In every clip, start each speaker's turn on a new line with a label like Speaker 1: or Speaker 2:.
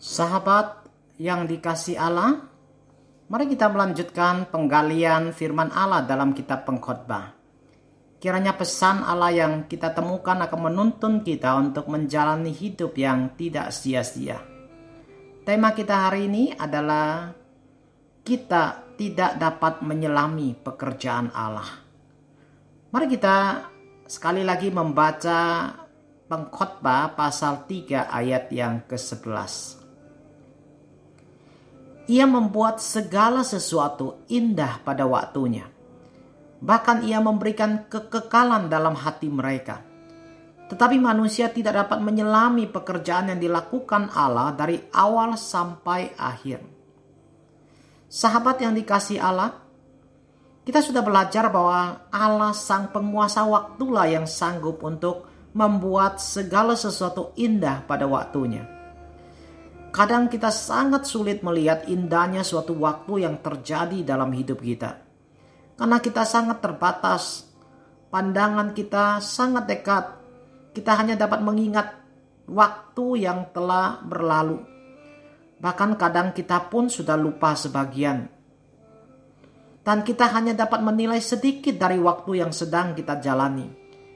Speaker 1: Sahabat yang dikasihi Allah, mari kita melanjutkan penggalian firman Allah dalam kitab Pengkhotbah. Kiranya pesan Allah yang kita temukan akan menuntun kita untuk menjalani hidup yang tidak sia-sia. Tema kita hari ini adalah kita tidak dapat menyelami pekerjaan Allah. Mari kita sekali lagi membaca Pengkhotbah pasal 3 ayat yang ke-11. Ia membuat segala sesuatu indah pada waktunya. Bahkan ia memberikan kekekalan dalam hati mereka. Tetapi manusia tidak dapat menyelami pekerjaan yang dilakukan Allah dari awal sampai akhir. Sahabat yang dikasihi Allah, kita sudah belajar bahwa Allah sang penguasa waktulah yang sanggup untuk membuat segala sesuatu indah pada waktunya. Kadang kita sangat sulit melihat indahnya suatu waktu yang terjadi dalam hidup kita. Karena kita sangat terbatas, pandangan kita sangat dekat. Kita hanya dapat mengingat waktu yang telah berlalu. Bahkan kadang kita pun sudah lupa sebagian. Dan kita hanya dapat menilai sedikit dari waktu yang sedang kita jalani.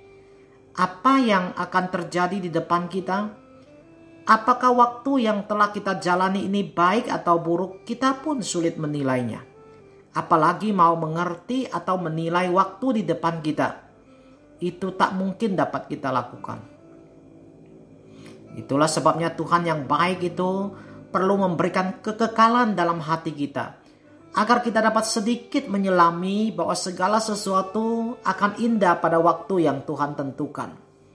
Speaker 1: Apa yang akan terjadi di depan kita? Apakah waktu yang telah kita jalani ini baik atau buruk, kita pun sulit menilainya. Apalagi mau mengerti atau menilai waktu di depan kita. Itu tak mungkin dapat kita lakukan. Itulah sebabnya Tuhan yang baik itu perlu memberikan kekekalan dalam hati kita. Agar kita dapat sedikit menyelami bahwa segala sesuatu akan indah pada waktu yang Tuhan tentukan.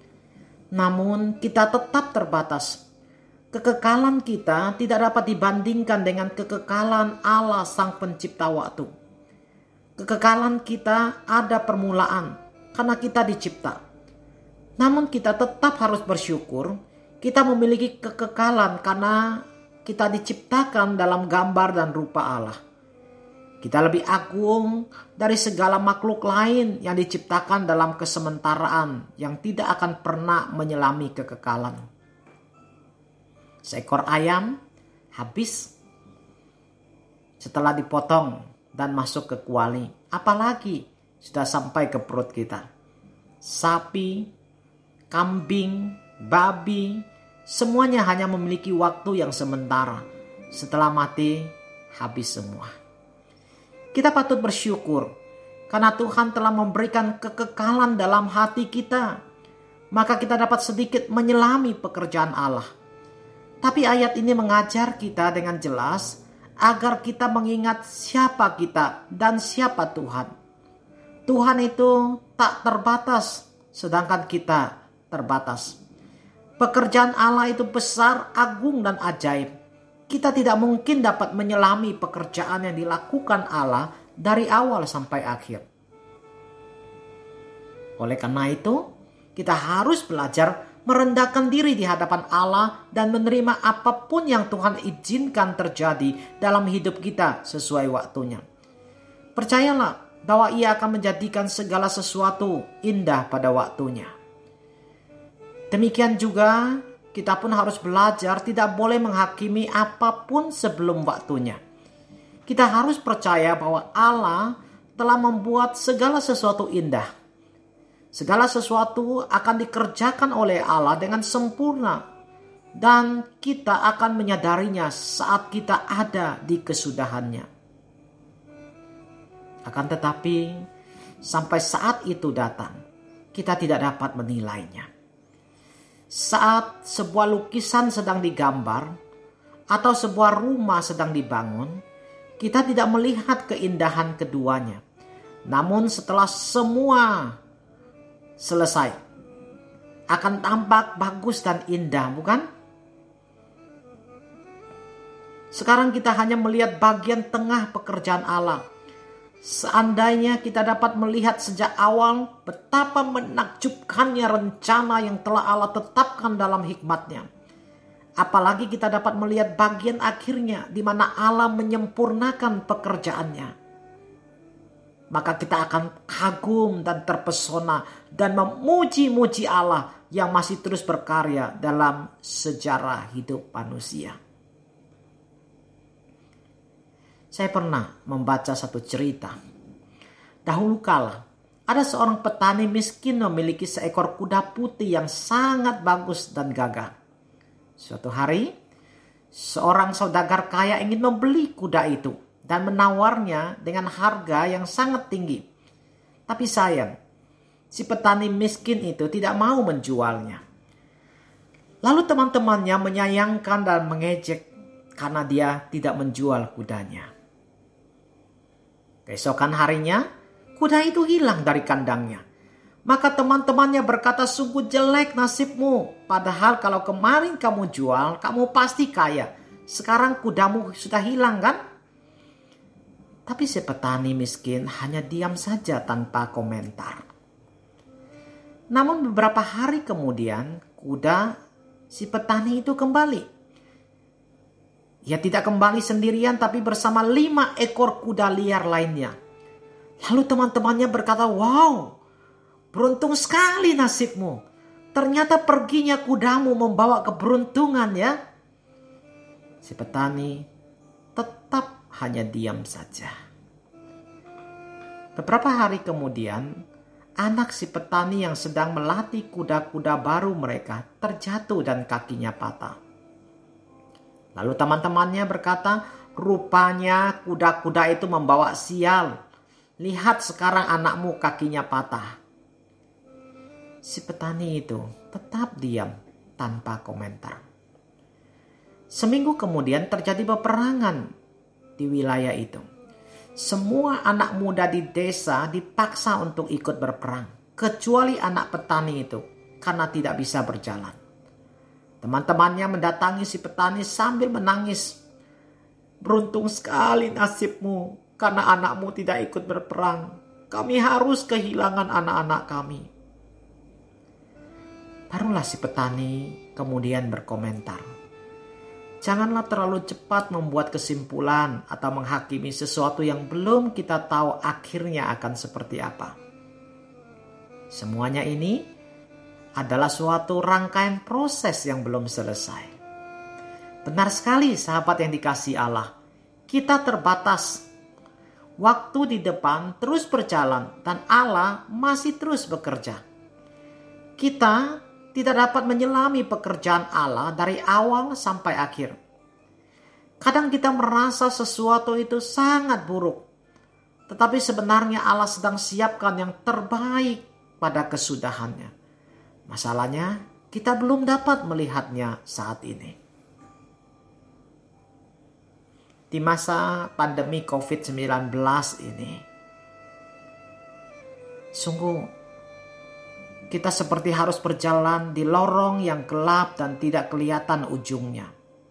Speaker 1: Namun kita tetap terbatas. Kekekalan kita tidak dapat dibandingkan dengan kekekalan Allah sang pencipta waktu. Kekekalan kita ada permulaan karena kita dicipta. Namun kita tetap harus bersyukur kita memiliki kekekalan karena kita diciptakan dalam gambar dan rupa Allah. Kita lebih agung dari segala makhluk lain yang diciptakan dalam kesementaraan yang tidak akan pernah menyelami kekekalan. Seekor ayam habis setelah dipotong dan masuk ke kuali. Apalagi sudah sampai ke perut kita. Sapi, kambing, babi, semuanya hanya memiliki waktu yang sementara. Setelah mati, habis semua. Kita patut bersyukur karena Tuhan telah memberikan kekekalan dalam hati kita. Maka kita dapat sedikit menyelami pekerjaan Allah. Tapi ayat ini mengajar kita dengan jelas agar kita mengingat siapa kita dan siapa Tuhan. Tuhan itu tak terbatas, sedangkan kita terbatas. Pekerjaan Allah itu besar, agung, dan ajaib. Kita tidak mungkin dapat menyelami pekerjaan yang dilakukan Allah dari awal sampai akhir. Oleh karena itu, kita harus belajar merendahkan diri di hadapan Allah dan menerima apapun yang Tuhan izinkan terjadi dalam hidup kita sesuai waktunya. Percayalah bahwa Ia akan menjadikan segala sesuatu indah pada waktunya. Demikian juga kita pun harus belajar tidak boleh menghakimi apapun sebelum waktunya. Kita harus percaya bahwa Allah telah membuat segala sesuatu indah. Segala sesuatu akan dikerjakan oleh Allah dengan sempurna. Dan kita akan menyadarinya saat kita ada di kesudahannya. Akan tetapi, sampai saat itu datang, kita tidak dapat menilainya. Saat sebuah lukisan sedang digambar, atau sebuah rumah sedang dibangun, kita tidak melihat keindahan keduanya. Namun setelah semua selesai, akan tampak bagus dan indah, bukan? Sekarang kita hanya melihat bagian tengah pekerjaan Allah. Seandainya kita dapat melihat sejak awal betapa menakjubkannya rencana yang telah Allah tetapkan dalam hikmat-Nya. Apalagi kita dapat melihat bagian akhirnya di mana Allah menyempurnakan pekerjaannya. Maka kita akan kagum dan terpesona dan memuji-muji Allah yang masih terus berkarya dalam sejarah hidup manusia. Saya pernah membaca satu cerita. Dahulu kala, ada seorang petani miskin memiliki seekor kuda putih yang sangat bagus dan gagah. Suatu hari, seorang saudagar kaya ingin membeli kuda itu dan menawarnya dengan harga yang sangat tinggi. Tapi sayang, si petani miskin itu tidak mau menjualnya. Lalu teman-temannya menyayangkan dan mengejek karena dia tidak menjual kudanya. Keesokan harinya, kuda itu hilang dari kandangnya. Maka teman-temannya berkata, sungguh jelek nasibmu. Padahal kalau kemarin kamu jual, kamu pasti kaya. Sekarang kudamu sudah hilang kan? Tapi si petani miskin hanya diam saja tanpa komentar. Namun beberapa hari kemudian, kuda si petani itu kembali. Ia tidak kembali sendirian tapi bersama 5 ekor kuda liar lainnya. Lalu teman-temannya berkata, wow, beruntung sekali nasibmu. Ternyata perginya kudamu membawa keberuntungan ya. Si petani tetap hanya diam saja. Beberapa hari kemudian, anak si petani yang sedang melatih kuda-kuda baru mereka terjatuh dan kakinya patah. Lalu teman-temannya berkata, rupanya kuda-kuda itu membawa sial. Lihat sekarang anakmu kakinya patah. Si petani itu tetap diam tanpa komentar. Seminggu kemudian terjadi peperangan di wilayah itu. Semua anak muda di desa dipaksa untuk ikut berperang. Kecuali anak petani itu karena tidak bisa berjalan. Teman-temannya mendatangi si petani sambil menangis. Beruntung sekali nasibmu karena anakmu tidak ikut berperang. Kami harus kehilangan anak-anak kami. Barulah si petani kemudian berkomentar. Janganlah terlalu cepat membuat kesimpulan atau menghakimi sesuatu yang belum kita tahu akhirnya akan seperti apa. Semuanya ini adalah suatu rangkaian proses yang belum selesai. Benar sekali sahabat yang dikasihi Allah. Kita terbatas. Waktu di depan terus berjalan dan Allah masih terus bekerja. Kita tidak dapat menyelami pekerjaan Allah dari awal sampai akhir. Kadang kita merasa sesuatu itu sangat buruk. Tetapi sebenarnya Allah sedang siapkan yang terbaik pada kesudahannya. Masalahnya, kita belum dapat melihatnya saat ini. Di masa pandemi COVID-19 ini, sungguh kita seperti harus berjalan di lorong yang gelap dan tidak kelihatan ujungnya.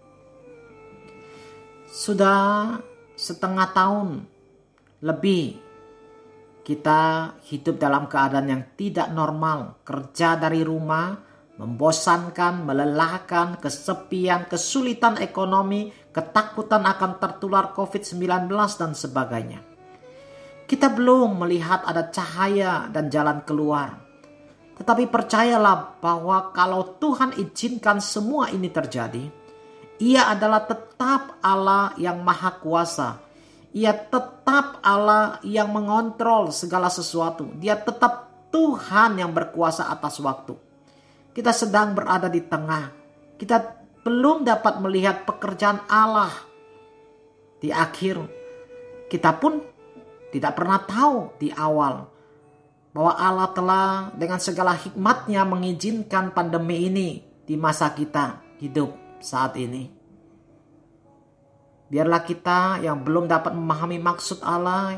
Speaker 1: Sudah setengah tahun lebih kita hidup dalam keadaan yang tidak normal, kerja dari rumah, membosankan, melelahkan, kesepian, kesulitan ekonomi, ketakutan akan tertular COVID-19 dan sebagainya. Kita belum melihat ada cahaya dan jalan keluar. Tetapi percayalah bahwa kalau Tuhan izinkan semua ini terjadi, Ia adalah tetap Allah yang Maha Kuasa. Ia tetap Allah yang mengontrol segala sesuatu. Dia tetap Tuhan yang berkuasa atas waktu. Kita sedang berada di tengah. Kita belum dapat melihat pekerjaan Allah di akhir. Kita pun tidak pernah tahu di awal bahwa Allah telah dengan segala hikmatnya mengizinkan pandemi ini di masa kita hidup saat ini. Biarlah kita yang belum dapat memahami maksud Allah,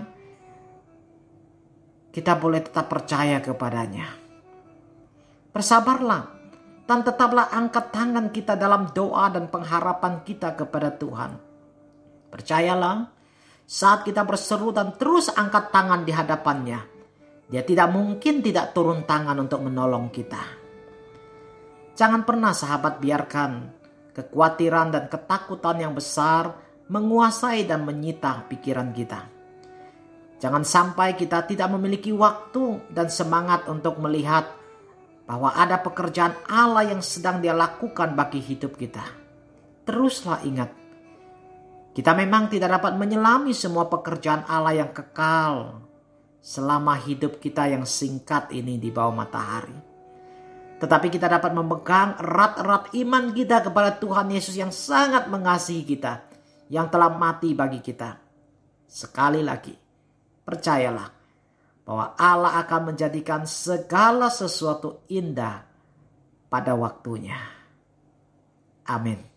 Speaker 1: kita boleh tetap percaya kepadanya. Bersabarlah dan tetaplah angkat tangan kita dalam doa dan pengharapan kita kepada Tuhan. Percayalah, saat kita berseru dan terus angkat tangan di hadapannya, Dia tidak mungkin tidak turun tangan untuk menolong kita. Jangan pernah sahabat biarkan kekhawatiran dan ketakutan yang besar menguasai dan menyita pikiran kita. Jangan sampai kita tidak memiliki waktu dan semangat untuk melihat bahwa ada pekerjaan Allah yang sedang Dia lakukan bagi hidup kita. Teruslah ingat Kita memang tidak dapat menyelami semua pekerjaan Allah yang kekal selama hidup kita yang singkat ini di bawah matahari. Tetapi kita dapat memegang erat-erat iman kita kepada Tuhan Yesus yang sangat mengasihi kita, yang telah mati bagi kita. Sekali lagi, percayalah bahwa Allah akan menjadikan segala sesuatu indah pada waktunya. Amin.